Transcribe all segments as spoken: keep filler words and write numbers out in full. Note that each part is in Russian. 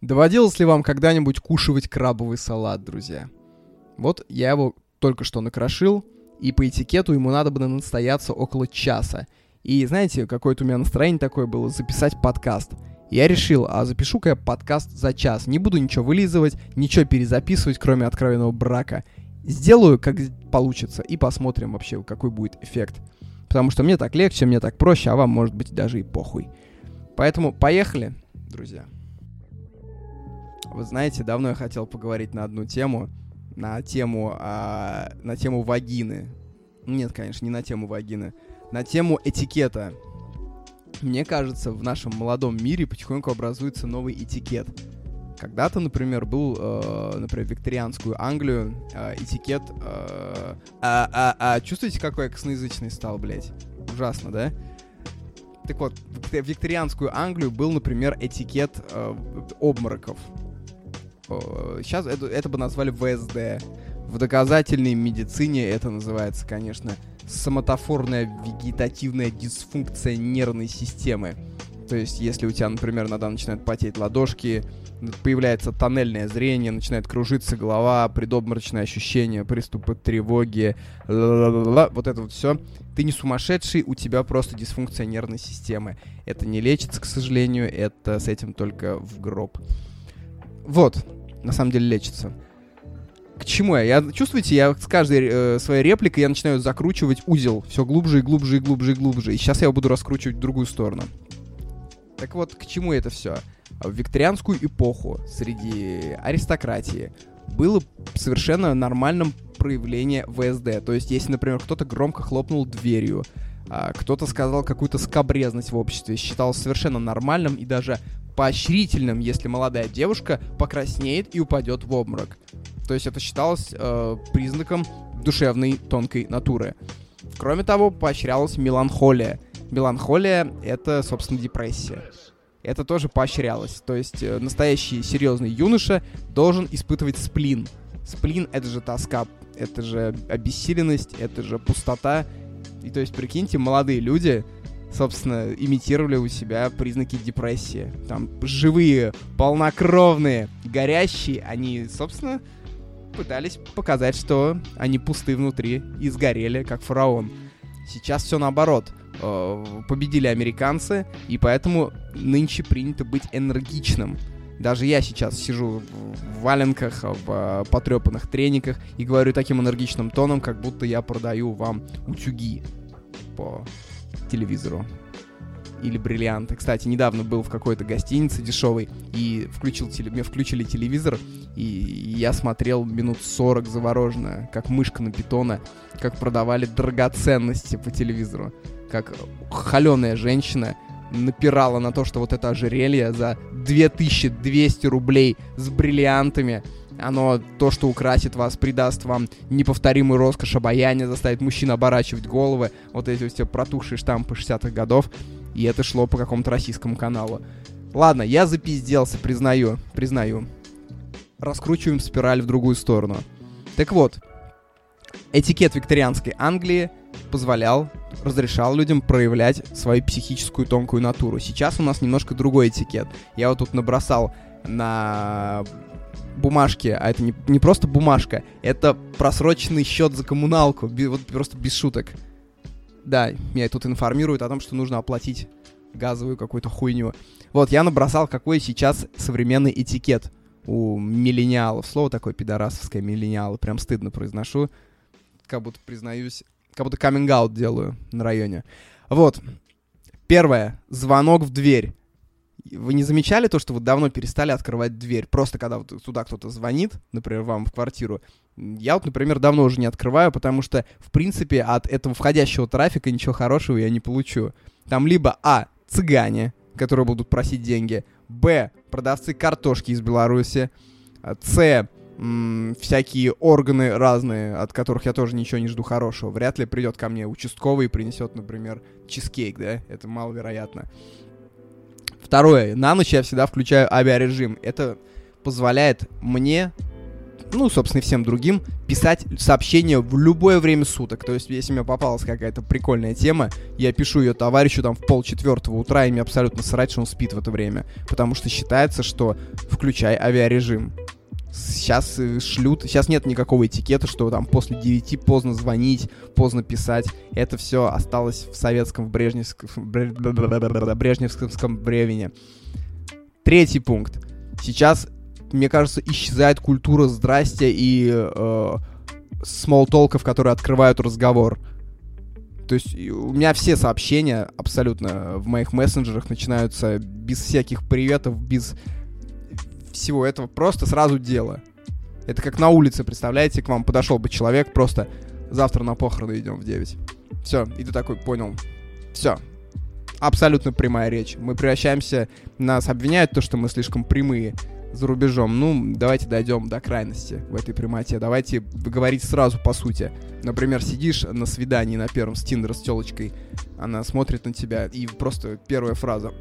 Доводилось ли вам когда-нибудь кушать крабовый салат, друзья? Вот я его только что накрошил, и по этикету ему надо было настояться около часа. И знаете, какое-то у меня настроение такое было записать подкаст. Я решил, а запишу-ка я подкаст за час. Не буду ничего вылизывать, ничего перезаписывать, кроме откровенного брака. Сделаю, как получится, и посмотрим вообще, какой будет эффект. Потому что мне так легче, мне так проще, а вам, может быть, даже и похуй. Поэтому поехали, друзья. Вы знаете, давно я хотел поговорить на одну тему, на тему, а, на тему вагины. Нет, конечно, не на тему вагины, на тему этикета. Мне кажется, в нашем молодом мире потихоньку образуется новый этикет. Когда-то, например, был, э, например, в викторианскую Англию э, этикет... Э, а, а, а, чувствуете, какой я косноязычный стал, блядь? Ужасно, да? Так вот, в викторианскую Англию был, например, этикет э, обмороков. Сейчас это, это бы назвали вэ эс дэ. В доказательной медицине это называется, конечно, соматофорная вегетативная дисфункция нервной системы. То есть, если у тебя, например, иногда начинают потеть ладошки, появляется тоннельное зрение, начинает кружиться голова, предобморочные ощущения, приступы тревоги, ла-ла-ла-ла, вот это вот все. Ты не сумасшедший, у тебя просто дисфункция нервной системы. Это не лечится, к сожалению, это с этим только в гроб. Вот. На самом деле лечится. К чему я? я чувствуете, я с каждой э, своей репликой я начинаю закручивать узел все глубже и глубже и глубже и глубже. И сейчас я его буду раскручивать в другую сторону. Так вот, к чему это все? В викторианскую эпоху среди аристократии было совершенно нормальным проявление вэ эс дэ. То есть, если, например, кто-то громко хлопнул дверью, а, кто-то сказал какую-то скабрезность в обществе, считалось совершенно нормальным и даже поощрительным, если молодая девушка покраснеет и упадет в обморок. То есть это считалось э, признаком душевной тонкой натуры. Кроме того, поощрялась меланхолия. Меланхолия — это, собственно, депрессия. Это тоже поощрялось. То есть э, настоящий серьезный юноша должен испытывать сплин. Сплин — это же тоска, это же обессиленность, это же пустота. И то есть, прикиньте, молодые люди, собственно, имитировали у себя признаки депрессии. Там живые, полнокровные, горящие. Они, собственно, пытались показать, что они пусты внутри и сгорели, как фараон. Сейчас все наоборот. Победили американцы, и поэтому нынче принято быть энергичным. Даже я сейчас сижу в валенках, в потрепанных трениках и говорю таким энергичным тоном, как будто я продаю вам утюги по телевизору или бриллианты. Кстати, недавно был в какой-то гостинице дешевой и включил теле... мне включили телевизор, и я смотрел минут сорок завороженно, как мышка на питона, как продавали драгоценности по телевизору, как холеная женщина напирала на то, что вот это ожерелье за две тысячи двести рублей с бриллиантами, оно то, что украсит вас, придаст вам неповторимую роскошь обаяния, заставит мужчин оборачивать головы, вот эти вот все протухшие штампы шестидесятых годов, и это шло по какому-то российскому каналу. Ладно, я запизделся, признаю, признаю. Раскручиваем спираль в другую сторону. Так вот, этикет викторианской Англии позволял, разрешал людям проявлять свою психическую тонкую натуру. Сейчас у нас немножко другой этикет. Я вот тут набросал на бумажки, а это не, не просто бумажка, это просроченный счет за коммуналку, без, вот просто без шуток. Да, меня тут информируют о том, что нужно оплатить газовую какую-то хуйню. Вот, я набросал, какой сейчас современный этикет у миллениалов. Слово такое пидорасовское, миллениалы, прям стыдно произношу, как будто признаюсь, как будто каминг-аут делаю на районе. Вот, первое, звонок в дверь. Вы не замечали то, что вы давно перестали открывать дверь? Просто когда вот туда кто-то звонит, например, вам в квартиру, я вот, например, давно уже не открываю, потому что, в принципе, от этого входящего трафика ничего хорошего я не получу. Там либо а. цыгане, которые будут просить деньги, б. продавцы картошки из Беларуси, с. М- всякие органы разные, от которых я тоже ничего не жду хорошего. Вряд ли придет ко мне участковый и принесет, например, чизкейк, да? Это маловероятно. Второе. На ночь я всегда включаю авиарежим. Это позволяет мне ну, собственно, и всем другим, писать сообщения в любое время суток. То есть, если мне попалась какая-то прикольная тема, я пишу ее товарищу там в полчетвертого утра, и мне абсолютно срать, что он спит в это время. Потому что считается, что включай авиарежим. Сейчас шлют, сейчас нет никакого этикета, что там после девяти поздно звонить, поздно писать. Это все осталось в советском, в брежневском, в брежневском времени. Третий пункт. Сейчас, мне кажется, исчезает культура «здрасте» и э, смолл-толков, которые открывают разговор. То есть у меня все сообщения абсолютно в моих мессенджерах начинаются без всяких приветов, без всего этого, просто сразу дело. Это как на улице, представляете, к вам подошел бы человек, просто завтра на похороны идем в девять. Все, и ты такой, понял. Все. Абсолютно прямая речь. Мы превращаемся, нас обвиняют то, что мы слишком прямые за рубежом. Ну, давайте дойдем до крайности в этой прямоте. Давайте говорить сразу по сути. Например, сидишь на свидании на первом с Тиндера с телочкой, она смотрит на тебя, и просто первая фраза.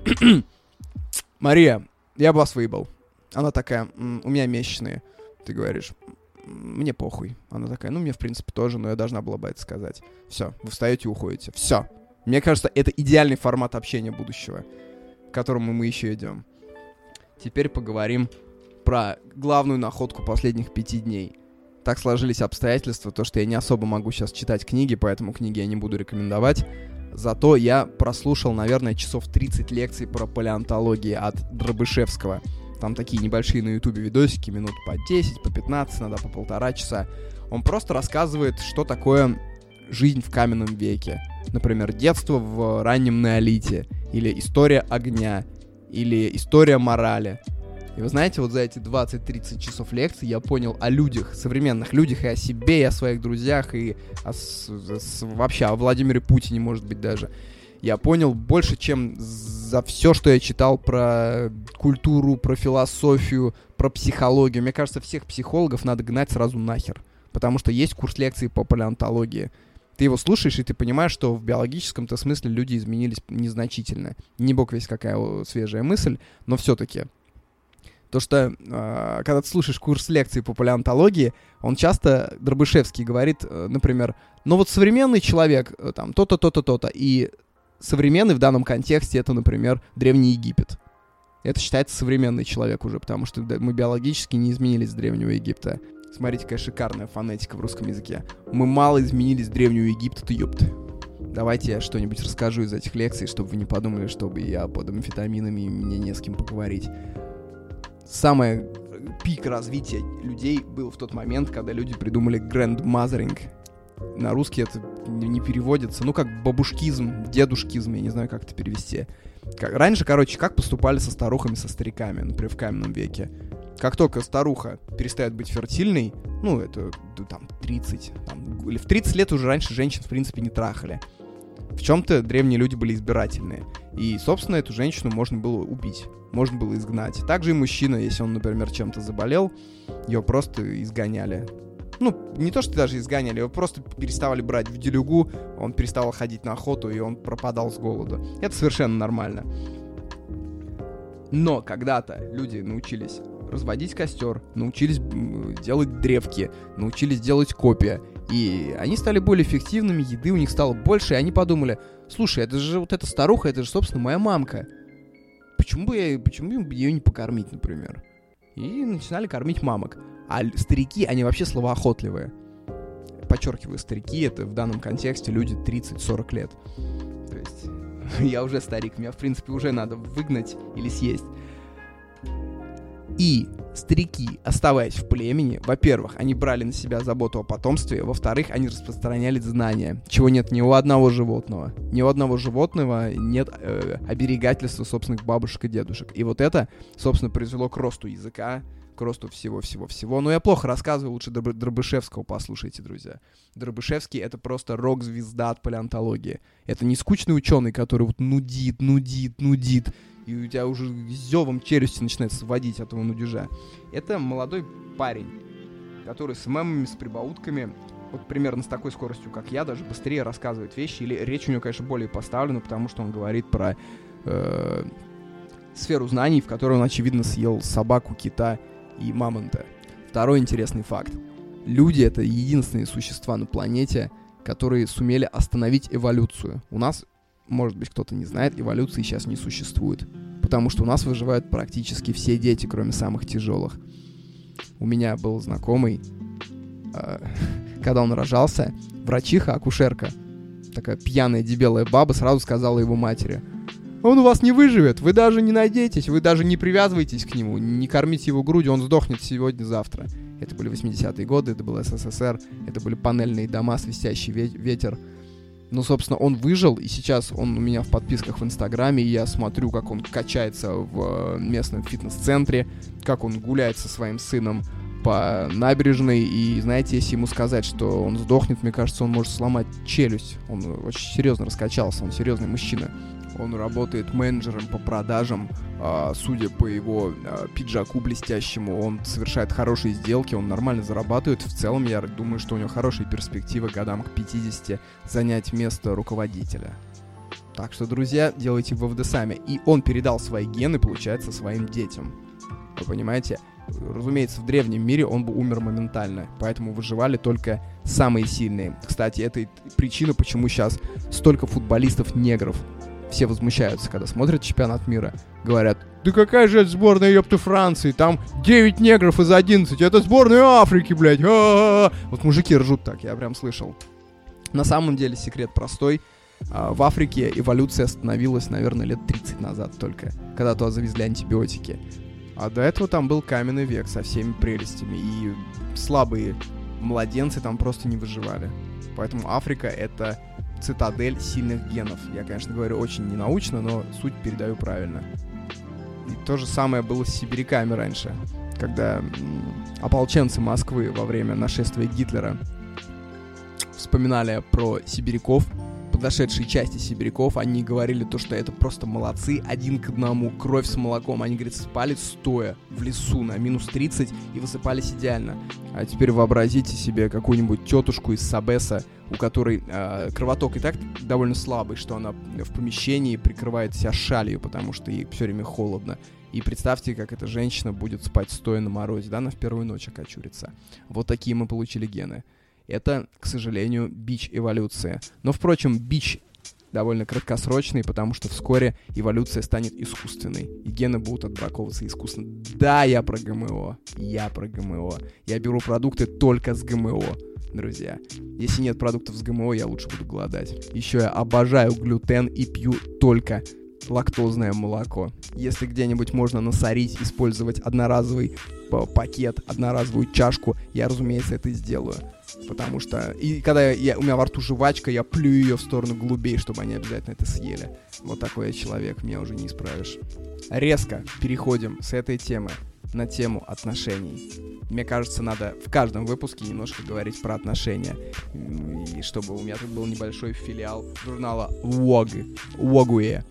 Мария, я бы вас выебал. Она такая, у меня месячные. Ты говоришь, мне похуй. Она такая, ну, мне в принципе тоже, но я должна была бы это сказать. Все, вы встаете и уходите. Все. Мне кажется, это идеальный формат общения будущего, к которому мы еще идем. Теперь поговорим про главную находку последних пяти дней. Так сложились обстоятельства, то, что я не особо могу сейчас читать книги, поэтому книги я не буду рекомендовать. Зато я прослушал, наверное, часов тридцать лекций про палеонтологию от Дробышевского. Там такие небольшие на ютубе видосики, минут по десять, по пятнадцать, иногда по полтора часа. Он просто рассказывает, что такое жизнь в каменном веке. Например, детство в раннем неолите, или история огня, или история морали. И вы знаете, вот за эти двадцать-тридцать часов лекций я понял о людях, современных людях, и о себе, и о своих друзьях, и о, с, с, вообще о Владимире Путине, может быть, даже. Я понял больше, чем за все, что я читал про культуру, про философию, про психологию. Мне кажется, всех психологов надо гнать сразу нахер. Потому что есть курс лекций по палеонтологии. Ты его слушаешь, и ты понимаешь, что в биологическом-то смысле люди изменились незначительно. Не бог весть какая свежая мысль, но все-таки. То, что э, когда ты слушаешь курс лекций по палеонтологии, он часто, Дробышевский говорит, э, например, ну вот современный человек, э, там, то-то, то-то, то-то, и современный в данном контексте это, например, Древний Египет. Это считается современный человек уже, потому что мы биологически не изменились с Древнего Египта. Смотрите, какая шикарная фонетика в русском языке. Мы мало изменились с Древнего Египта, ты ёпт. Давайте я что-нибудь расскажу из этих лекций, чтобы вы не подумали, чтобы я под амфетаминами и мне не с кем поговорить. Самый пик развития людей был в тот момент, когда люди придумали grandmothering. На русский это не переводится. Ну, как бабушкизм, дедушкизм, я не знаю, как это перевести. Как, раньше, короче, как поступали со старухами, со стариками, например, в каменном веке. Как только старуха перестает быть фертильной, ну, это там тридцать, там, или в тридцать лет уже раньше женщин, в принципе, не трахали. В чем-то древние люди были избирательные. И, собственно, эту женщину можно было убить, можно было изгнать. Также и мужчина, если он, например, чем-то заболел, ее просто изгоняли. Ну, не то, что даже изгоняли, его просто переставали брать в делюгу, он переставал ходить на охоту, и он пропадал с голоду. Это совершенно нормально. Но когда-то люди научились разводить костер, научились делать древки, научились делать копья, и они стали более эффективными, еды у них стало больше, и они подумали, слушай, это же вот эта старуха, это же, собственно, моя мамка. Почему бы, я, почему бы ее не покормить, например? И начинали кормить мамок. А старики, они вообще словоохотливые. Подчеркиваю, старики — это в данном контексте люди тридцать-сорок лет. То есть я уже старик, меня, в принципе, уже надо выгнать или съесть. И старики, оставаясь в племени, во-первых, они брали на себя заботу о потомстве, во-вторых, они распространяли знания, чего нет ни у одного животного. Ни у одного животного нет э, оберегательства собственных бабушек и дедушек. И вот это, собственно, привело к росту языка, к росту всего-всего-всего. Но я плохо рассказываю, лучше Дроб- Дробышевского послушайте, друзья. Дробышевский — это просто рок-звезда от палеонтологии. Это не скучный ученый, который вот нудит, нудит, нудит, и у тебя уже зевом челюсти начинает сводить от этого нудежа. Это молодой парень, который с мемами, с прибаутками, вот примерно с такой скоростью, как я, даже быстрее рассказывает вещи, или речь у него, конечно, более поставлена, потому что он говорит про э, сферу знаний, в которой он, очевидно, съел собаку, кита и мамонта. Второй интересный факт. Люди — это единственные существа на планете, которые сумели остановить эволюцию. У нас, может быть, кто-то не знает, эволюции сейчас не существует. Потому что у нас выживают практически все дети, кроме самых тяжелых. У меня был знакомый, э, когда он рожался, врачиха, акушерка, такая пьяная дебелая баба, сразу сказала его матери: «Он у вас не выживет, вы даже не надейтесь, вы даже не привязывайтесь к нему, не кормите его грудью, он сдохнет сегодня-завтра». Это были восьмидесятые годы, это был СССР, это были панельные дома, свистящий ветер. Ну, собственно, он выжил, и сейчас он у меня в подписках в Инстаграме, и я смотрю, как он качается в местном фитнес-центре, как он гуляет со своим сыном по набережной, и, знаете, если ему сказать, что он сдохнет, мне кажется, он может сломать челюсть. Он очень серьезно раскачался, он серьезный мужчина. Он работает менеджером по продажам, а, судя по его а, пиджаку блестящему, он совершает хорошие сделки, он нормально зарабатывает. В целом, я думаю, что у него хорошие перспективы годам к пятидесяти занять место руководителя. Так что, друзья, делайте выводы сами. И он передал свои гены, получается, своим детям. Вы понимаете? Разумеется, в древнем мире он бы умер моментально, поэтому выживали только самые сильные. Кстати, это причина, почему сейчас столько футболистов-негров. Все возмущаются, когда смотрят чемпионат мира. Говорят: да какая же это сборная, ёпты, Франции? Там девять негров из одиннадцати. Это сборная Африки, блядь. А-а-а! Вот мужики ржут так, я прям слышал. На самом деле секрет простой. В Африке эволюция остановилась, наверное, лет тридцать назад только, когда туда завезли антибиотики. А до этого там был каменный век со всеми прелестями. И слабые младенцы там просто не выживали. Поэтому Африка — это цитадель сильных генов. Я, конечно, говорю очень ненаучно, но суть передаю правильно. И то же самое было с сибиряками раньше, когда м, ополченцы Москвы во время нашествия Гитлера вспоминали про сибиряков, подошедшие части сибиряков, они говорили то, что это просто молодцы, один к одному, кровь с молоком. Они, говорит, спали стоя в лесу на минус тридцать и высыпались идеально. А теперь вообразите себе какую-нибудь тетушку из Сабеса, у которой э, кровоток и так довольно слабый, что она в помещении прикрывает себя шалью, потому что ей все время холодно. И представьте, как эта женщина будет спать стоя на морозе, да, она в первую ночь окочурится. Вот такие мы получили гены. Это, к сожалению, бич эволюции. Но, впрочем, бич довольно краткосрочный, потому что вскоре эволюция станет искусственной, и гены будут отбраковываться искусственно. Да, я про ГМО. Я про ГМО. Я беру продукты только с ГМО, друзья. Если нет продуктов с ГМО, я лучше буду голодать. Еще я обожаю глютен и пью только лактозное молоко. Если где-нибудь можно насорить, использовать одноразовый пакет, одноразовую чашку, я, разумеется, это сделаю. Потому что... И когда я, у меня во рту жвачка, я плюю ее в сторону голубей, чтобы они обязательно это съели. Вот такой я человек, меня уже не исправишь. Резко переходим с этой темы на тему отношений. Мне кажется, надо в каждом выпуске немножко говорить про отношения. И чтобы у меня тут был небольшой филиал журнала Vogue. Vogue.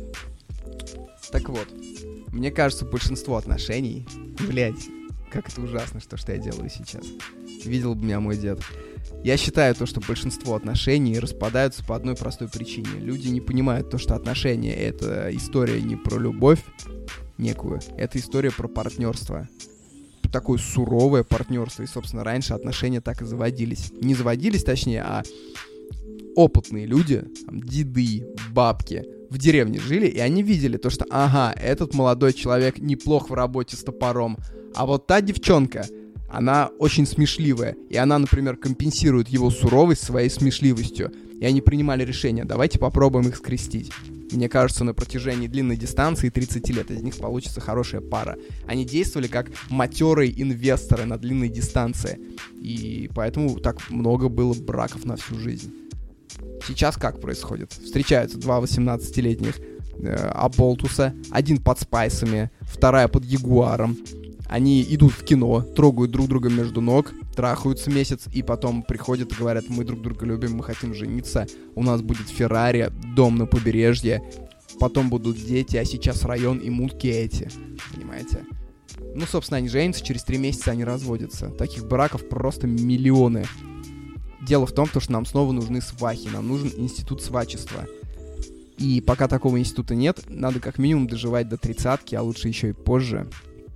Так вот, мне кажется, большинство отношений... Блять, как это ужасно, что, что я делаю сейчас. Видел бы меня мой дед. Я считаю то, что большинство отношений распадаются по одной простой причине. Люди не понимают то, что отношения — это история не про любовь некую, это история про партнерство. Такое суровое партнерство. И, собственно, раньше отношения так и заводились. Не заводились, точнее, а опытные люди, там, деды, бабки, в деревне жили, и они видели то, что, ага, этот молодой человек неплох в работе с топором, а вот та девчонка, она очень смешливая, и она, например, компенсирует его суровость своей смешливостью. И они принимали решение: давайте попробуем их скрестить. Мне кажется, на протяжении длинной дистанции тридцать лет из них получится хорошая пара. Они действовали как матерые инвесторы на длинной дистанции, и поэтому так много было браков на всю жизнь. Сейчас как происходит? Встречаются два восемнадцатилетних э, оболтуса, один под спайсами, вторая под ягуаром. Они идут в кино, трогают друг друга между ног, трахаются месяц, и потом приходят и говорят: мы друг друга любим, мы хотим жениться, у нас будет Феррари, дом на побережье, потом будут дети, а сейчас район и мутки эти. Понимаете? Ну, собственно, они женятся, через три месяца они разводятся. Таких браков просто миллионы. Дело в том, что нам снова нужны свахи, нам нужен институт свачества. И пока такого института нет, надо как минимум доживать до тридцатки, а лучше еще и позже.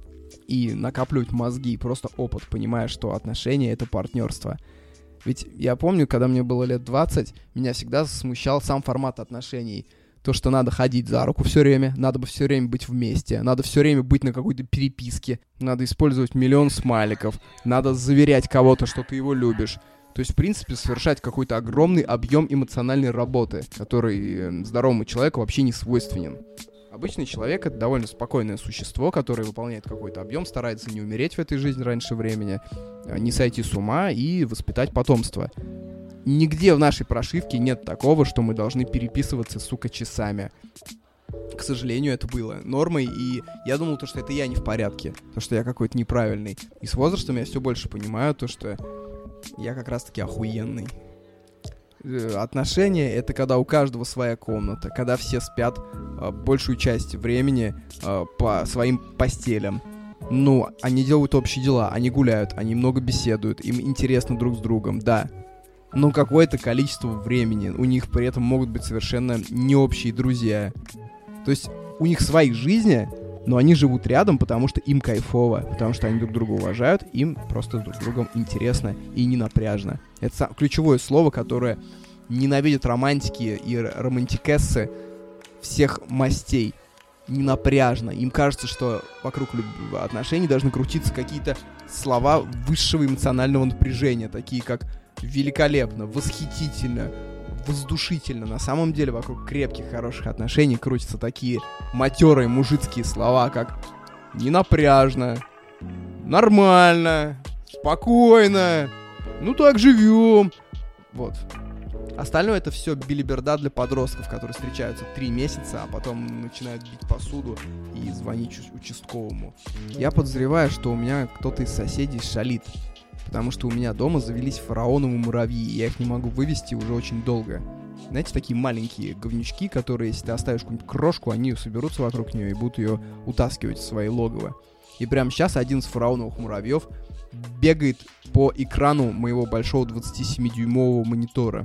и накапливать мозги, просто опыт, понимая, что отношения — это партнерство. Ведь я помню, когда мне было лет двадцать, меня всегда смущал сам формат отношений. То, что надо ходить за руку все время, надо бы все время быть вместе, надо все время быть на какой-то переписке, надо использовать миллион смайликов, надо заверять кого-то, что ты его любишь. То есть, в принципе, совершать какой-то огромный объем эмоциональной работы, который здоровому человеку вообще не свойственен. Обычный человек — это довольно спокойное существо, которое выполняет какой-то объем, старается не умереть в этой жизни раньше времени, не сойти с ума и воспитать потомство. Нигде в нашей прошивке нет такого, что мы должны переписываться, сука, часами. К сожалению, это было нормой, и я думал, то, что это я не в порядке, то, что я какой-то неправильный. И с возрастом я все больше понимаю то, что я как раз-таки охуенный. Отношения — это когда у каждого своя комната, когда все спят э, большую часть времени э, по своим постелям. Ну, они делают общие дела, они гуляют, они много беседуют, им интересно друг с другом, да. Но какое-то количество времени у них при этом могут быть совершенно не общие друзья. То есть у них свои жизни, но они живут рядом, потому что им кайфово, потому что они друг друга уважают, им просто друг с другом интересно и не напряжно. Это ключевое слово, которое ненавидят романтики и романтикессы всех мастей. Не напряжно. Им кажется, что вокруг отношений должны крутиться какие-то слова высшего эмоционального напряжения, такие как великолепно, восхитительно, воздушительно. На самом деле вокруг крепких, хороших отношений крутятся такие матерые мужицкие слова, как ненапряжно, нормально, спокойно, ну так живем. Вот. Остальное — это все билиберда для подростков, которые встречаются три месяца, а потом начинают бить посуду и звонить участковому. Я подозреваю, что у меня кто-то из соседей шалит, потому что у меня дома завелись фараоновые муравьи, и я их не могу вывести уже очень долго. Знаете, такие маленькие говнючки, которые, если ты оставишь какую-нибудь крошку, они соберутся вокруг нее и будут ее утаскивать в свои логово. И прямо сейчас один из фараоновых муравьев бегает по экрану моего большого двадцатисемидюймового монитора,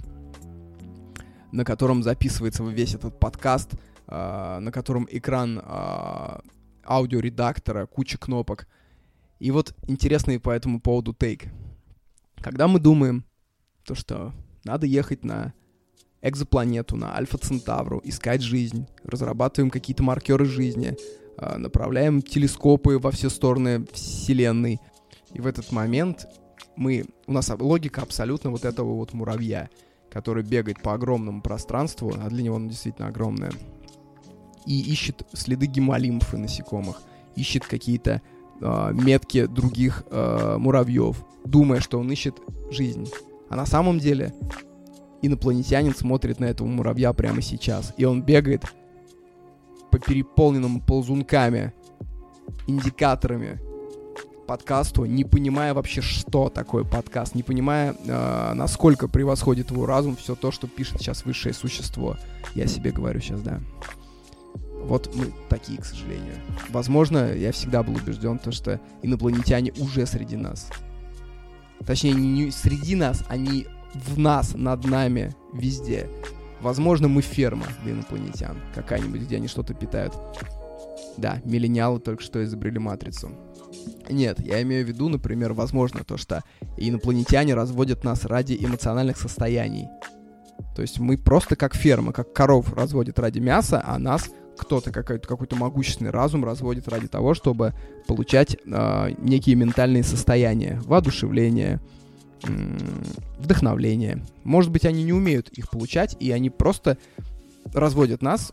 на котором записывается весь этот подкаст, э, на котором экран э, аудиоредактора, куча кнопок. И вот интересный по этому поводу тейк. Когда мы думаем, то, что надо ехать на экзопланету, на Альфа Центавру, искать жизнь, разрабатываем какие-то маркеры жизни, э, направляем телескопы во все стороны Вселенной, и в этот момент мы, у нас логика абсолютно вот этого вот муравья, который бегает по огромному пространству, а для него оно действительно огромное, и ищет следы гемолимфы насекомых, ищет какие-то э, метки других э, муравьев, думая, что он ищет жизнь. А на самом деле инопланетянин смотрит на этого муравья прямо сейчас, и он бегает по переполненному ползунками, индикаторами подкасту, не понимая вообще, что такое подкаст, не понимая, э, насколько превосходит его разум все то, что пишет сейчас высшее существо. Я себе говорю сейчас, да. Вот мы такие, к сожалению. Возможно, я всегда был убежден, то, что инопланетяне уже среди нас. Точнее, не среди нас, они в нас, над нами, везде. Возможно, мы ферма для инопланетян какая-нибудь, где они что-то питают. Да, миллениалы только что изобрели матрицу. Нет, я имею в виду, например, возможно, то, что инопланетяне разводят нас ради эмоциональных состояний. То есть мы просто как ферма, как коров разводят ради мяса, а нас кто-то, какой-то, какой-то могущественный разум разводит ради того, чтобы получать э, некие ментальные состояния, воодушевление, м- вдохновление. Может быть, они не умеют их получать, и они просто разводят нас.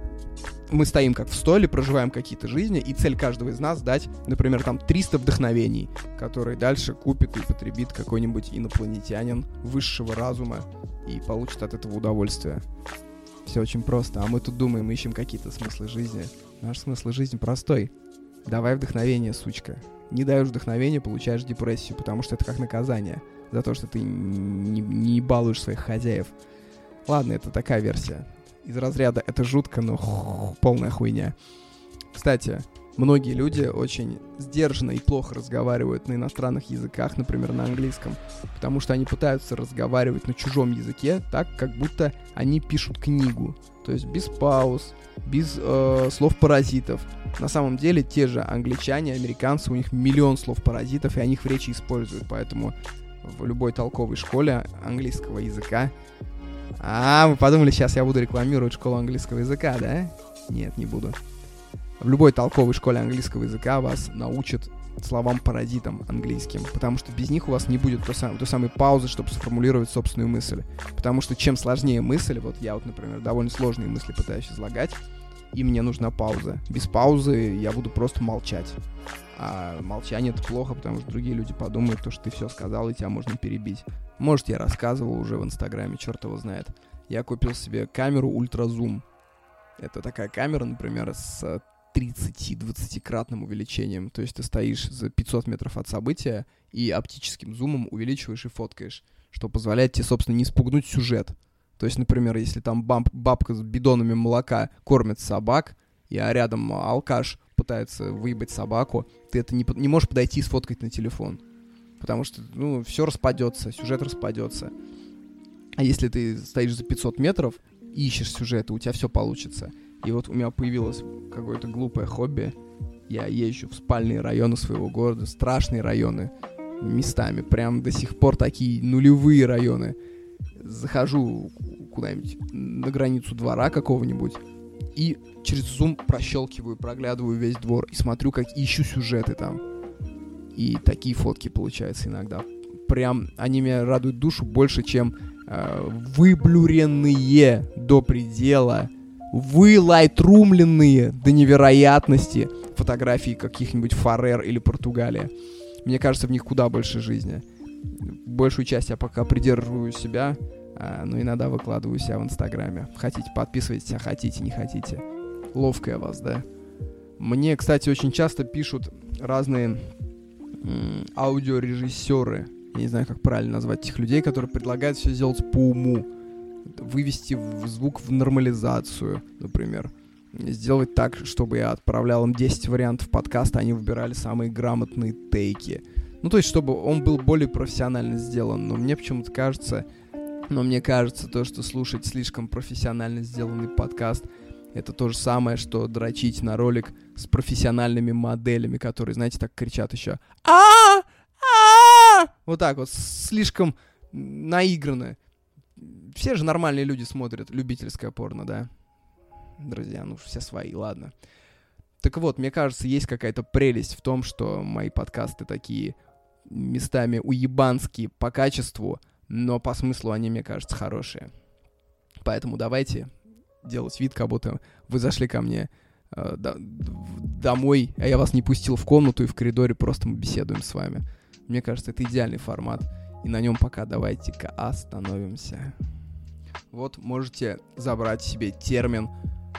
Мы стоим как в стойле, проживаем какие-то жизни, и цель каждого из нас дать, например, там триста вдохновений, которые дальше купит и потребит какой-нибудь инопланетянин высшего разума и получит от этого удовольствие. Все очень просто. А мы тут думаем, ищем какие-то смыслы жизни. Наш смысл жизни простой. Давай вдохновение, сучка. Не даешь вдохновения, получаешь депрессию, потому что это как наказание за то, что ты не, не балуешь своих хозяев. Ладно, это такая версия. Из разряда «это жутко, но х-х-х, полная хуйня». Кстати, многие люди очень сдержанно и плохо разговаривают на иностранных языках, например, на английском, потому что они пытаются разговаривать на чужом языке так, как будто они пишут книгу. То есть без пауз, без э, слов-паразитов. На самом деле те же англичане, американцы, у них миллион слов-паразитов, и они их в речи используют. Поэтому в любой толковой школе английского языка... А, вы подумали, сейчас я буду рекламировать школу английского языка, да? Нет, не буду. В любой толковой школе английского языка вас научат словам-паразитам английским, потому что без них у вас не будет той, сам, той самой паузы, чтобы сформулировать собственную мысль. Потому что чем сложнее мысль, вот я вот, например, довольно сложные мысли пытаюсь излагать, и мне нужна пауза. Без паузы я буду просто молчать. А молчание — это плохо, потому что другие люди подумают, то, что ты все сказал, и тебя можно перебить. Может, я рассказывал уже в Инстаграме, черт его знает. Я купил себе камеру ультразум. Это такая камера, например, с тридцати-двадцатикратным увеличением. То есть ты стоишь за пятьсот метров от события и оптическим зумом увеличиваешь и фоткаешь, что позволяет тебе, собственно, не спугнуть сюжет. То есть, например, если там баб- бабка с бидонами молока кормит собак, и а рядом алкаш пытается выебать собаку, ты это не, не можешь подойти и сфоткать на телефон. Потому что, ну, все распадется, сюжет распадется. А если ты стоишь за пятьсот метров и ищешь сюжет, у тебя все получится. И вот у меня появилось какое-то глупое хобби. Я езжу в спальные районы своего города, страшные районы, местами, прям до сих пор такие нулевые районы. Захожу куда-нибудь на границу двора какого-нибудь и через зум прощелкиваю, проглядываю весь двор и смотрю, как ищу сюжеты там. И такие фотки получаются иногда. Прям они меня радуют душу больше, чем э, выблюренные до предела, вылайтрумленные до невероятности фотографии каких-нибудь Фарер или Португалия. Мне кажется, в них куда больше жизни. Большую часть я пока придерживаю себя, э, но иногда выкладываю себя в Инстаграме. Хотите, подписывайтесь, а хотите, не хотите. Ловко я вас, да? Мне, кстати, очень часто пишут разные м- аудиорежиссеры. Я не знаю, как правильно назвать этих людей, которые предлагают все сделать по уму. Вывести в звук в нормализацию, например. Сделать так, чтобы я отправлял им десять вариантов подкаста, они выбирали самые грамотные тейки. Ну, то есть, чтобы он был более профессионально сделан. Но мне почему-то кажется... Но мне кажется, то, что слушать слишком профессионально сделанный подкаст, это то же самое, что дрочить на ролик с профессиональными моделями, которые, знаете, так кричат еще. а а Вот так вот, слишком наигранно. Все же нормальные люди смотрят любительское порно, да? Друзья, ну все свои, ладно. Так вот, мне кажется, есть какая-то прелесть в том, что мои подкасты такие местами уебанские по качеству, но по смыслу они, мне кажется, хорошие. Поэтому давайте делать вид, как будто вы зашли ко мне э, до- домой, а я вас не пустил в комнату, и в коридоре просто мы беседуем с вами. Мне кажется, это идеальный формат. И на нем пока давайте-ка остановимся. Вот можете забрать себе термин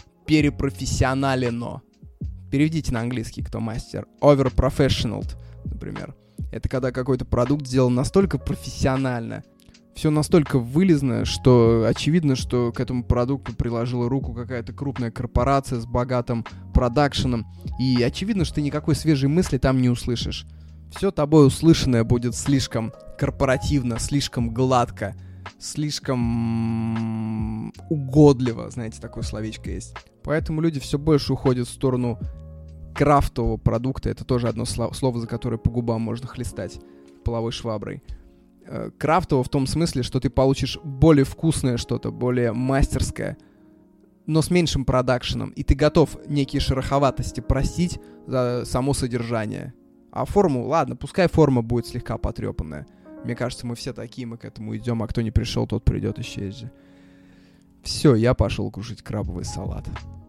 «перепрофессионалено». Переведите на английский, кто мастер. Overprofessional, например. Это когда какой-то продукт сделан настолько профессионально, все настолько вылезно, что очевидно, что к этому продукту приложила руку какая-то крупная корпорация с богатым продакшеном. И очевидно, что ты никакой свежей мысли там не услышишь. Все тобой услышанное будет слишком корпоративно, слишком гладко, слишком угодливо. Знаете, такое словечко есть. Поэтому люди все больше уходят в сторону крафтового продукта. Это тоже одно сло- слово, за которое по губам можно хлестать половой шваброй. Э, крафтово в том смысле, что ты получишь более вкусное что-то, более мастерское, но с меньшим продакшеном. И ты готов некие шероховатости простить за само содержание. А форму, ладно, пускай форма будет слегка потрепанная. Мне кажется, мы все такие, мы к этому идем, а кто не пришел, тот придет исчезни. Все, я пошел кушать крабовый салат.